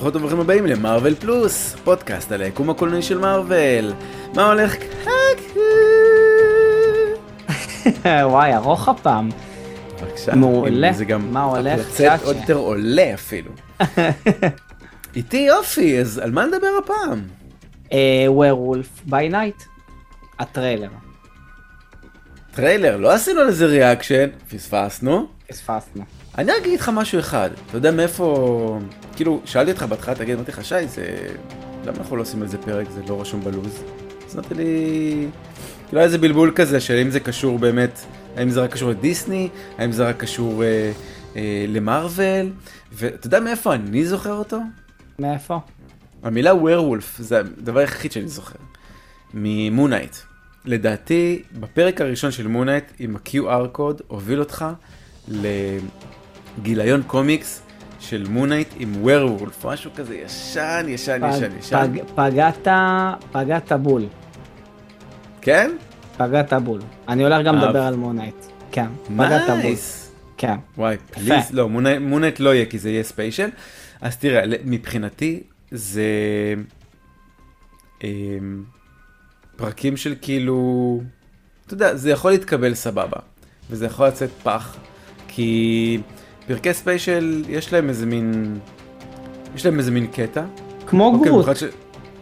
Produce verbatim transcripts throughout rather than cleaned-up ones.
ברוכות וברוכים הבאים למרוול פלוס, פודקאסט על היקום הקולנועי של מארוול. מה הולך? וואי, ארוך הפעם. בבקשה. מעולה. זה גם מה הולך? לצאת עוד יותר עולה אפילו. איתי יופי, אז על מה נדבר הפעם? ווירולף ביי נייט. הטריילר. טריילר, לא עשינו לזה ריאקשן, פספסנו. פספסנו. אני אגיד לך משהו אחד, אתה יודע מאיפה, כאילו, שאלתי אותך בהתחלה, תגיד, אמרתי לך, שי, זה, למה אנחנו לא עושים על זה פרק, זה לא רשום בלוז? אז נתתי לי, כאילו, איזה בלבול כזה, שאם זה קשור באמת, האם זה רק קשור לדיסני, האם זה רק קשור אה, אה, למרוול, ואתה יודע מאיפה אני זוכר אותו? מאיפה? המילה werewolf, זה הדבר היחיד שאני זוכר, ממונייט. לדעתי, בפרק הראשון של מונייט, עם ה-קיו אר קוד, הוביל אותך לגיליון קומיקס של מונייט עם ווירולף, משהו כזה ישן, ישן, פג, ישן, ישן. פג, פגעת, פגעת בול. כן? פגעת בול. אני הולך גם לדבר על מונייט. כן, פגעת בול. נייס. כן. וואי, פליז, לא, מונייט, מונייט לא יהיה, כי זה יהיה ספיישל. אז תראה, מבחינתי, זה אה, פרקים של כאילו, אתה יודע, זה יכול להתקבל סבבה, וזה יכול לצאת פח, כי פרקי ספיישל יש להם איזה מין, יש להם איזה מין קטע. כמו אוקיי, גרוט. ש...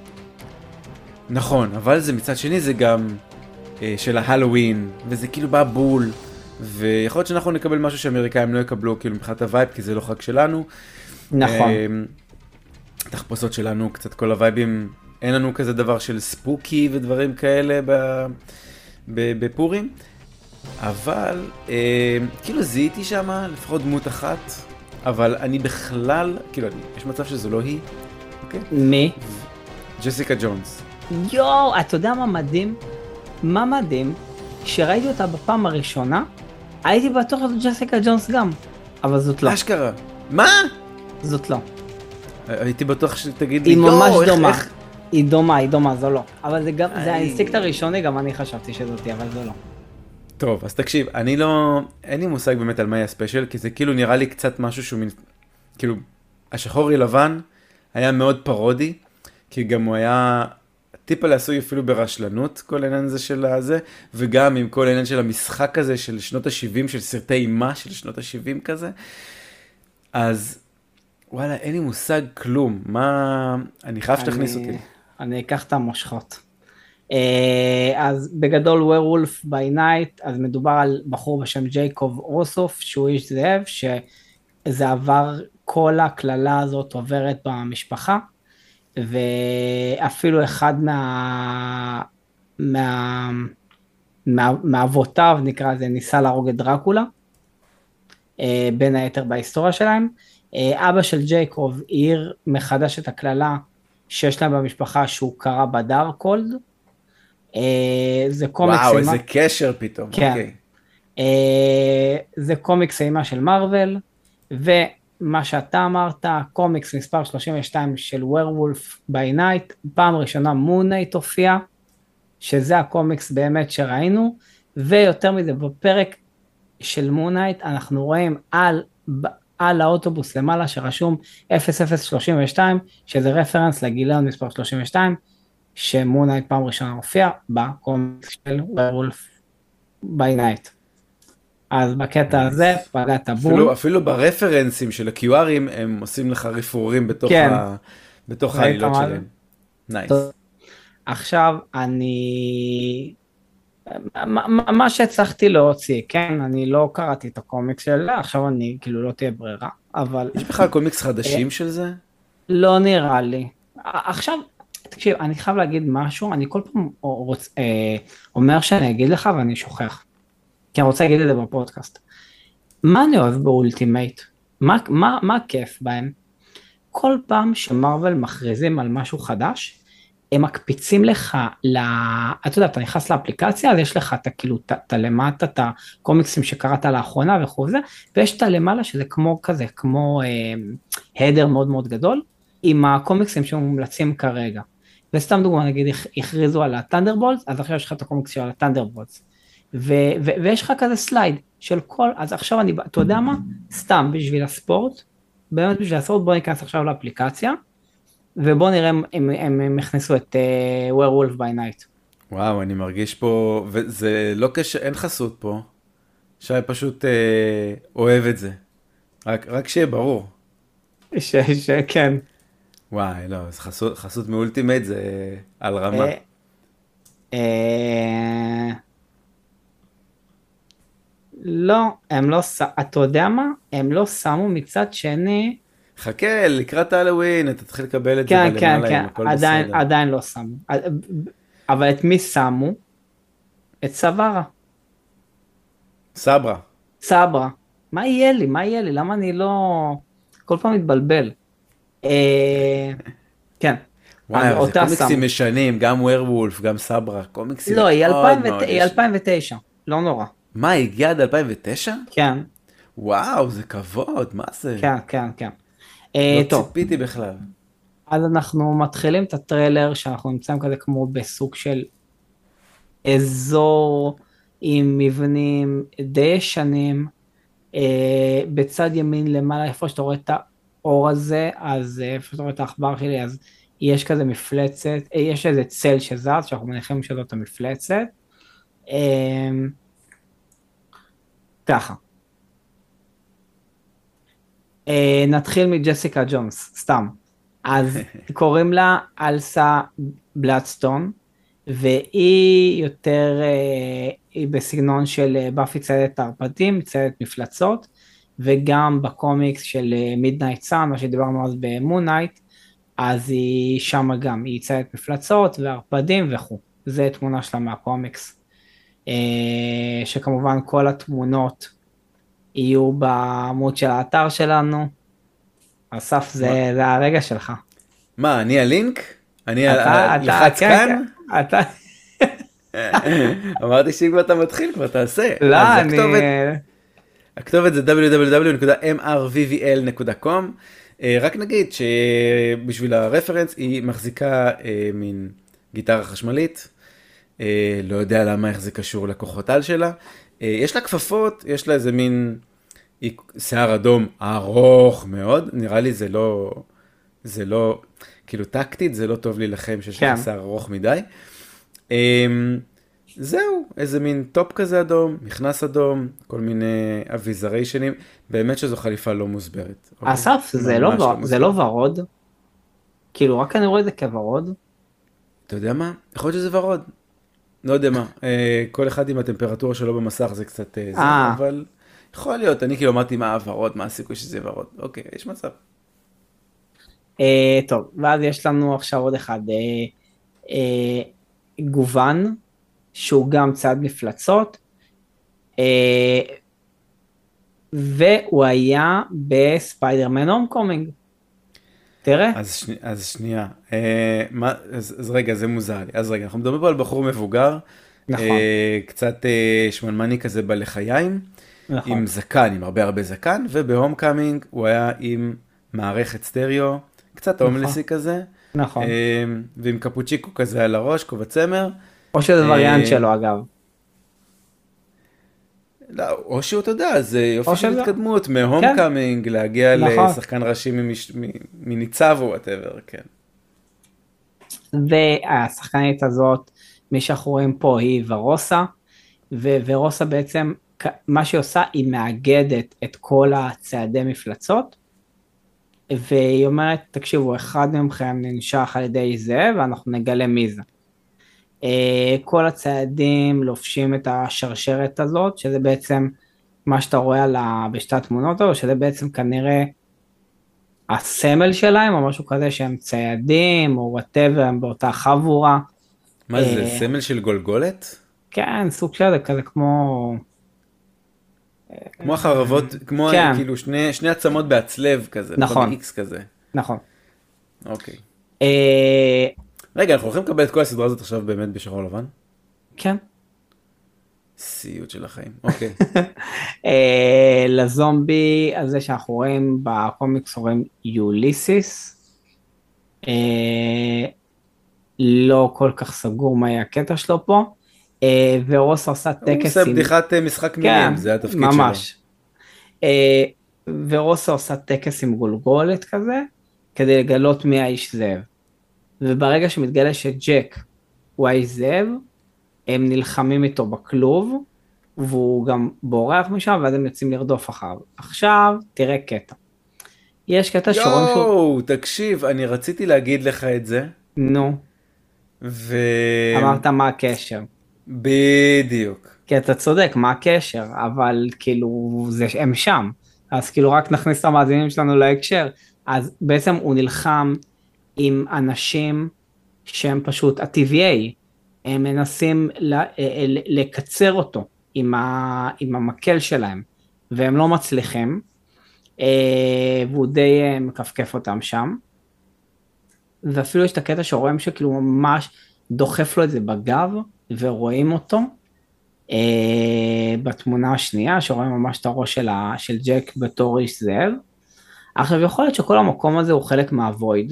נכון, אבל זה מצד שני זה גם אה, של ההלווין, וזה כאילו בא בול, ויכול להיות שאנחנו נקבל משהו שאמריקאים לא יקבלו, כאילו מבחינת הווייב, כי זה לא חג שלנו. נכון. אה, תחפושות שלנו, קצת כל הווייבים, אין לנו כזה דבר של ספוקי ודברים כאלה ב... ב... בפורים. אבל אה, כאילו זיהיתי שם לפחות דמות אחת, אבל אני בכלל, כאילו, יש מצב שזו לא היא, אוקיי? מי? ג'סיקה ג'ונס. יואו, אתה יודע מה מדהים? מה מדהים? כשראיתי אותה בפעם הראשונה, הייתי בטוח שזאת ג'סיקה ג'ונס גם, אבל זאת לא. אשכרה. מה? זאת לא. הייתי בטוח שתגיד לי, היא ממש איך- דומה. איך- היא דומה, היא דומה, זו לא. אבל זה גם, זה איי. האינסטינקט הראשוני, גם אני חשבתי שזאתי, אבל זו לא. טוב, אז תקשיב, אני לא, אין לי מושג באמת על מה יהיה ספיישל, כי זה כאילו נראה לי קצת משהו שהוא מין, כאילו, השחור לבן היה מאוד פרודי, כי גם הוא היה טיפה לעשוי אפילו ברשלנות, כל העניין הזה של הזה, וגם עם כל העניין של המשחק הזה של שנות ה-שבעים, של סרטי אימה של שנות ה-שבעים כזה, אז וואלה, אין לי מושג כלום, מה, אני חייב שתכניס אני- אותי. אני אקח את המושכות. אה, אז בגדול werewolf by night, אז מדובר על בחור בשם ג'ייקוב רוסוף, שהוא איש זאב, שזה עבר, כל הכללה הזאת עוברת במשפחה, ואפילו אחד מה, מה, מה, מאבותיו, נקרא לזה, ניסה להרוג את דרקולה, אה, בין היתר בהיסטוריה שלהם. אה, אבא של ג'ייקוב העיר מחדש את הכללה שיש להם במשפחה שהוא קרא בדארקולד. אה, זה קומיקס וואו, אימה. איזה קשר פתאום. כן. אוקיי. אה, זה קומיקס אימה של מארוול, ומה שאתה אמרת, קומיקס מספר שלושים ושתיים של werewolf by night, פעם ראשונה מונייט הופיע, שזה הקומיקס באמת שראינו, ויותר מזה בפרק של מונייט אנחנו רואים על, על האוטובוס למעלה שרשום אפס אפס שלושים ושתיים, שזה רפרנס לגיליון מספר שלושים ושתיים, שמונייט פעם ראשונה הופיע בקומיקס של werewolf by night. אז בקטע הזה פגעת בול. אפילו, אפילו ברפרנסים של ה-קיו ארים, הם עושים לך רפרורים בתוך, כן. ה... בתוך ראית העלילות מה? שלהם. נייס. טוב. עכשיו אני, מה, מה- מה שהצלחתי להוציא, כן, אני לא קראתי את הקומיקס שלה, עכשיו אני כאילו לא תהיה ברירה, אבל יש בכלל קומיקס חדשים של זה? לא נראה לי. עכשיו, תקשיב, אני חייב להגיד משהו, אני כל פעם רוצ, אה, אומר שאני אגיד לך ואני שוכח, כי אני רוצה להגיד את זה בפודקאסט. מה אני אוהב באולטימייט? מה, מה, מה הכיף בהם? כל פעם שמרוול מכריזים על משהו חדש, הם מקפיצים לך, ל... אתה יודע, אתה נכנס לאפליקציה, אז יש לך את כאילו, את הלמטה, את הקומיקסים שקראת לאחרונה וכו' זה, ויש את הלמעלה שזה כמו כזה, כמו אה, הדר מאוד מאוד גדול, עם הקומיקסים שמומלצים כרגע. וסתם דוגמה, נגיד, הכריזו על הטנדרבולטס, אז עכשיו יש לך את הקומיקס של הטנדרבולטס, ו- ו- ויש לך כזה סלייד של כל, אז עכשיו אני, אתה יודע מה? סתם בשביל הספורט, באמת בשביל הספורט, בוא ניכנס עכשיו לאפליקציה, ובואו נראה אם הם, הם, הם הכניסו את uh, Werewolf by Night. וואו, אני מרגיש פה, וזה לא קשה, אין חסות פה. שי פשוט אה, אוהב את זה. רק, רק שיהיה ברור. ש, שכן. וואי, לא, אז חסות, חסות מאולטימט זה על רמה. אה, אה, לא, הם לא, ש- אתה יודע מה? הם לא שמו מצד שני, חכה, לקראת הלווין, אתה תתחיל לקבל את זה כן, כן, בלמעלה, כן, אם הכל עדיין, בסדר. עדיין לא שמו. אבל את מי שמו? את סברה. סברה. סברה. מה יהיה לי? מה יהיה לי? למה אני לא... כל פעם מתבלבל. אה, כן. וואי, אז אבל זה אותה קומיקסים שמו. משנים, גם ווירוולף, גם סברה, קומיקסים לא, היא מאוד אלפיים ו- מאוד היא יש. אלפיים ותשע. לא נורא. מה, הגיע עד אלפיים ותשע? כן, וואו, זה כבוד, מה זה? כן, כן, כן. לא אה, טוב, ציפיתי בכלל. אז אנחנו מתחילים את הטריילר שאנחנו נמצאים כזה כמו בסוג של אזור עם מבנים די ישנים. אה, בצד ימין למעלה, איפה שאתה רואה את האור הזה, אז אה, איפה שאתה רואה את העכבר שלי, אז יש כזה מפלצת, אה, יש איזה צל שזז, שאנחנו מניחים שזאת המפלצת. אה, ככה. אה, נתחיל מג'סיקה ג'ונס, סתם. אז קוראים לה אלסה בלאדסטון, והיא יותר, אה, היא בסגנון של אה, באפי ציידת הערפדים, ציידת מפלצות, וגם בקומיקס של מידנייט סאן, מה שדיברנו אז במונייט, אז היא שמה גם, היא ציידת מפלצות וערפדים וכו'. זה תמונה שלה מהקומיקס, אה, שכמובן כל התמונות יהיו בעמוד של האתר שלנו. אסף, מה? זה, זה הרגע שלך. מה, אני הלינק? אני ה- אתה, אתה, הלחץ כן, כאן? כן, אתה, אמרתי שאם כבר אתה מתחיל, כבר תעשה. לא, אז אני, הכתובת, הכתובת זה דאבליו דאבליו דאבליו נקודה אם אר וי וי אל נקודה קום. אה, רק נגיד שבשביל הרפרנס היא מחזיקה אה, מין גיטרה חשמלית. אה, לא יודע למה איך זה קשור לכוחות על שלה. אה, יש לה כפפות, יש לה איזה מין היא- שיער אדום ארוך מאוד. נראה לי זה לא, זה לא, כאילו טקטית זה לא טוב להילחם שיש כן. לך שיער ארוך מדי. אמ, זהו, איזה מין טופ כזה אדום, מכנס אדום, כל מיני אביזרי שנים, באמת שזו חליפה לא מוסברת. אוקיי? אסף, זה לא, ממש ור- זה לא מוסברת. ורוד, כאילו רק אני רואה את זה כוורוד, אתה יודע מה? יכול להיות שזה ורוד. לא יודע מה. אה, כל אחד עם הטמפרטורה שלו במסך זה קצת אה, זה, אה. אבל יכול להיות. אני כאילו אמרתי מה הוורוד, מה הסיכוי שזה ורוד. אוקיי, יש מצב. אה, טוב, ואז יש לנו עכשיו עוד אחד, אה, אה, גוון, שהוא גם צד מפלצות, אה, והוא היה בספיידרמן הום קומינג, תראה, אז, שני, אז שנייה, אה, מה, אז, אז רגע, זה מוזר לי. אז רגע, אנחנו מדברים פה על בחור מבוגר, נכון, אה, קצת אה, שמנמני כזה בלחיים, נכון, עם זקן, עם הרבה הרבה זקן, ובהום קאמינג הוא היה עם מערכת סטריאו, קצת נכון. הומלסי כזה, נכון, אה, ועם קפוצ'יקו כזה על הראש, כובע צמר. או שזה אה, וריאנט שלו אגב, לא, או שהוא, אתה יודע, זה יופי או של שזה- התקדמות, מהום כן. קאמינג, להגיע נכון. לשחקן ראשי ממש- מ- מניצב או וואטאבר, כן. והשחקנית הזאת, מי שאנחנו רואים פה היא ורוסה, ו- ורוסה בעצם, כ- מה שהיא עושה, היא מאגדת את כל הצעדי מפלצות, והיא אומרת, תקשיבו, אחד מכם ננשך על ידי זה, ואנחנו נגלה מי זה. אה, כל הצעדים לובשים את השרשרת הזאת, שזה בעצם מה שאתה רואה על ה- בשתי התמונות האלו, שזה בעצם כנראה הסמל שלהם, או משהו כזה שהם ציידים, או וואטאבר, הם באותה חבורה. מה זה, אה, סמל של גולגולת? כן, סוג של זה, כזה כמו... כמו החרבות, כמו כן. כאילו שני, שני עצמות בהצלב כזה, נכון. איקס כזה. נכון. אוקיי. אה, רגע, אנחנו הולכים לקבל את כל הסדרה הזאת עכשיו באמת בשחור לבן? כן. סיוט של החיים, אוקיי. אה, לזומבי הזה שאנחנו רואים בקומיקס רואים יוליסיס. אה, לא כל כך סגור מה יהיה הקטע שלו פה. אה, ורוס עושה הוא טקס עושה עם... בדיחת אה, משחק כן, מילים, זה התפקיד ממש. אה, ורוסה עושה טקס עם גולגולת כזה, כדי לגלות מי האיש זאב. וברגע שמתגלה שג'ק הוא האיש זאב, הם נלחמים איתו בכלוב, והוא גם בורח משם, ואז הם יוצאים לרדוף אחריו. עכשיו, תראה קטע. יש קטע שרואים שהוא... יואו, תקשיב, אני רציתי להגיד לך את זה. נו. ו... אמרת מה הקשר. בדיוק. כי אתה צודק, מה הקשר, אבל כאילו, זה, הם שם. אז כאילו רק נכניס את המאזינים שלנו להקשר. אז בעצם הוא נלחם עם אנשים שהם פשוט ה-טי וי איי. הם מנסים לקצר אותו עם, ה, עם המקל שלהם, והם לא מצליחים, והוא די מקפקף אותם שם, ואפילו יש את הקטע שרואים שכאילו ממש דוחף לו את זה בגב, ורואים אותו, בתמונה השנייה, שרואים ממש את הראש של, ה, של ג'ק בתור איש זאב. עכשיו יכול להיות שכל המקום הזה הוא חלק מהוויד,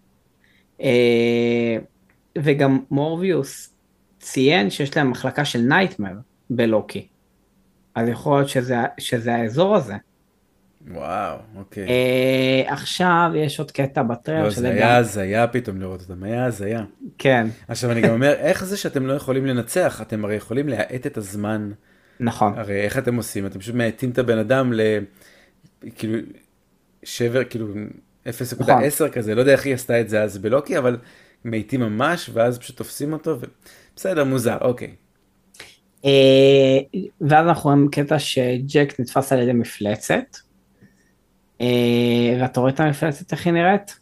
וגם מורביוס ציין שיש להם מחלקה של נייטמר בלוקי, אז יכול להיות שזה, שזה האזור הזה. וואו, אוקיי. אה, עכשיו יש עוד קטע בטריילר. לא, זה היה הזיה פתאום לראות אותם, היה הזיה. כן. עכשיו אני גם אומר, איך זה שאתם לא יכולים לנצח? אתם הרי יכולים להאט את הזמן. נכון. הרי איך אתם עושים? אתם פשוט מאטים את הבן אדם ל... כאילו, שבר, כאילו, אפס נקודה עשר כזה, לא יודע איך היא עשתה את זה אז בלוקי, אבל מאטים ממש, ואז פשוט תופסים אותו, ובסדר, מוזר, אוקיי. ואז אנחנו רואים קטע שג'ק נתפס על ידי מפלצת, ואתה רואה את המפלצת איך היא נראית?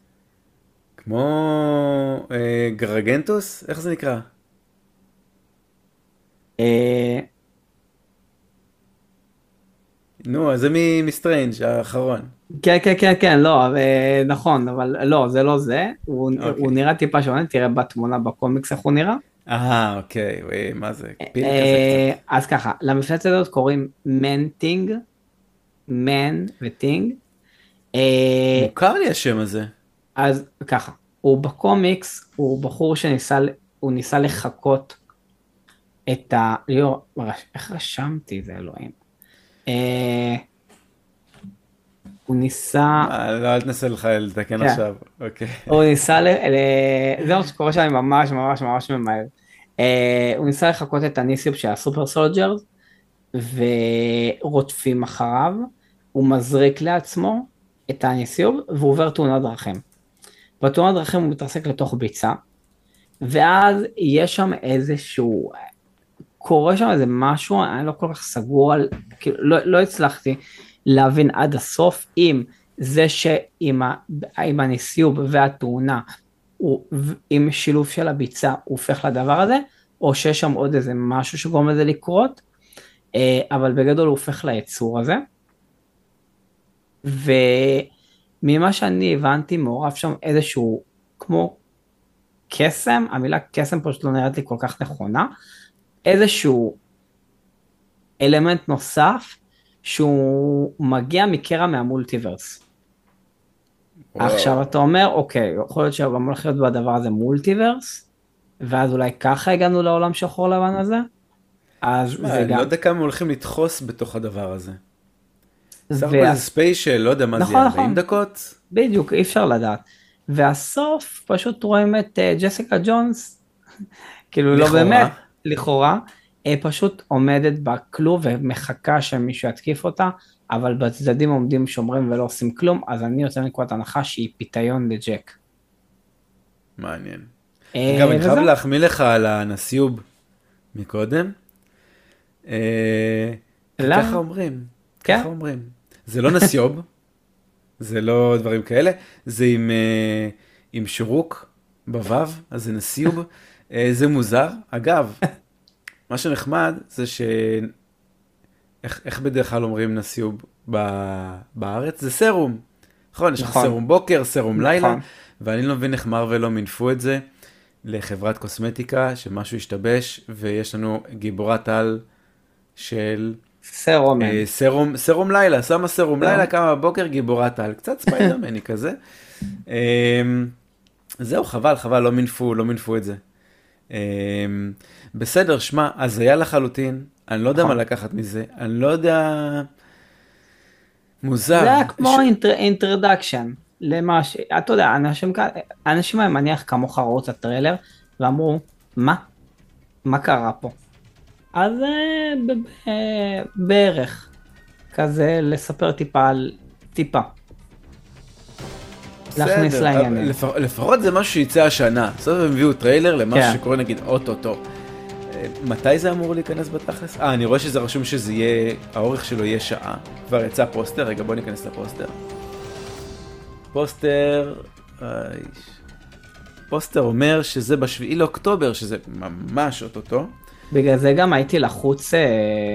כמו גרגנטוס? איך זה נקרא? נו, אז זה מסטרנג' האחרון. כן, כן, כן, כן, לא, נכון, אבל לא, זה לא זה, הוא נראה טיפה שונה, תראה בתמונה בקומיקס איך הוא נראה. אה, אוקיי, מה זה? פיל כזה קצת. אז ככה, למפלצת הזאת קוראים מנטינג, מן וטינג. מוכר לי השם הזה. אז ככה, הוא בקומיקס, הוא בחור שניסה, הוא ניסה לחכות את ה... לא, איך רשמתי זה אלוהים? הוא ניסה... לא, אל תנסה לך לתקן עכשיו, אוקיי. הוא ניסה, זה מה שקורה שאני ממש ממש ממש ממהר. הוא ניסה לחכות את הניסיוב של הסופר סולג'רס, ורודפים אחריו, הוא מזריק לעצמו את הניסיוב, והוא עובר תאונת דרכים. בתאונת דרכים הוא מתרסק לתוך ביצה, ואז יש שם איזשהו, קורה שם איזה משהו, אני לא כל כך סגור על, כאילו, לא, לא הצלחתי להבין עד הסוף, אם זה שעם הניסיוב והתאונה, הוא, עם שילוב של הביצה, הוא הופך לדבר הזה, או שיש שם עוד איזה משהו שגורם לזה לקרות, אבל בגדול הוא הופך ליצור הזה, וממה שאני הבנתי, מעורב שם איזשהו, כמו קסם, המילה קסם פשוט לא נראית לי כל כך נכונה, איזשהו אלמנט נוסף, שהוא מגיע מקרע מהמולטיברס. וואו. עכשיו אתה אומר, אוקיי, יכול להיות שגם הולך להיות בדבר הזה מולטיברס, ואז אולי ככה הגענו לעולם שחור לבן הזה, אז שמה, זה אני גם... לא יודע כמה הולכים לדחוס בתוך הדבר הזה. סך הכל זה ספיישל, לא יודע מה זה, ארבעים דקות? בדיוק, אי אפשר לדעת. והסוף, פשוט רואים את ג'סיקה ג'ונס, כאילו לא באמת, לכאורה, פשוט עומדת בכלוב ומחכה שמישהו יתקיף אותה, אבל בצדדים עומדים שומרים ולא עושים כלום, אז אני יוצא מנקודת הנחה שהיא פיתיון לג'ק. מעניין. גם אני חייב להחמיא לך על הנסיוב מקודם. ככה אומרים, ככה אומרים. זה לא נסיוב, זה לא דברים כאלה, זה עם שורוק בוו, אז זה נסיוב, זה מוזר. אגב, מה שנחמד זה ש... איך, איך בדרך כלל אומרים נסיוב בארץ? זה סרום. נכון, יש לך סרום בוקר, סרום לילה, ואני לא מבין איך מרוול לא מינפו את זה לחברת קוסמטיקה, שמשהו השתבש, ויש לנו גיבורת על של... סרום. אה, סרום, סרום לילה, שמה סרום לילה, כמה בבוקר גיבורת על, קצת ספיידרמני כזה. אה, זהו, חבל, חבל, לא מינפו, לא מינפו את זה. בסדר, שמה, אז היה לחלוטין, אני לא יודע מה לקחת מזה, אני לא יודע, מוזר. זה היה כמו אינטרדקשן. למה ש... אתה יודע, אנשים, כאן- אנשים אני מניח כמוך ראו את הטריילר, ואמרו, מה? מה קרה פה? אז אה, ב- אה, בערך, כזה לספר טיפה על טיפה, להכניס בסדר, אבל לעניינים. לפ- לפחות זה משהו שיצא השנה. בסוף הם הביאו טריילר למשהו כן. שקורה נגיד אוטוטו. אה, מתי זה אמור להיכנס בתכלס? אה, אני רואה שזה רשום שזה יהיה, האורך שלו יהיה שעה. כבר יצא פוסטר, רגע בוא ניכנס לפוסטר. פוסטר, איי, פוסטר אומר שזה בשביעי לאוקטובר, שזה ממש אוטוטו. בגלל זה גם הייתי לחוץ אה,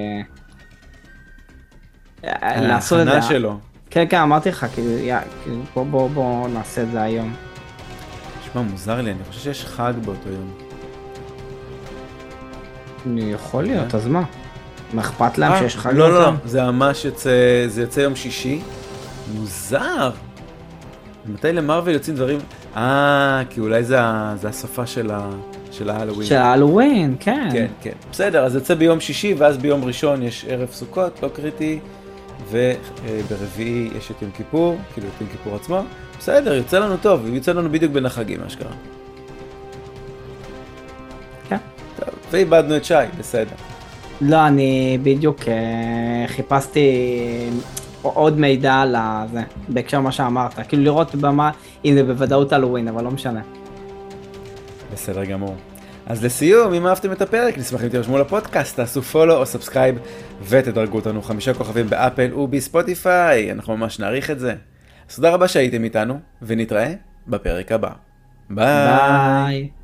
אה, לעשות את זה. ההכנה שלו. כן, כן, אמרתי לך, כאילו, יא, כאילו, בוא, בוא, בוא נעשה את זה היום. נשמע מוזר לי, אני חושב שיש חג באותו יום. יכול להיות, אז מה? מה אכפת להם אה, שיש חג? לא, לא, באותם? זה ממש יוצא, זה יוצא יום שישי. מוזר. מתי למרוול יוצאים דברים? אה, כי אולי זה, ה- זה השפה של, ה, של ההלווין. של ההלווין, כן. כן, כן. בסדר, אז יוצא ביום שישי, ואז ביום ראשון יש ערב סוכות, לא קריטי, וברביעי יש את יום כיפור, כאילו את יום כיפור עצמו. בסדר, יוצא לנו טוב, יוצא לנו בדיוק בין החגים, מה שקרה. כן. טוב, ואיבדנו את שי, בסדר. לא, אני בדיוק אה, חיפשתי עוד מידע על זה, בהקשר מה שאמרת, כאילו לראות במה, אם זה בוודאות הלווין, אבל לא משנה. בסדר גמור. אז לסיום, אם אהבתם את הפרק, נשמח אם תרשמו לפודקאסט, תעשו פולו או סאבסקרייב ותדרגו אותנו חמישה כוכבים באפל ובספוטיפיי, אנחנו ממש נעריך את זה. אז תודה רבה שהייתם איתנו, ונתראה בפרק הבא. ביי! ביי.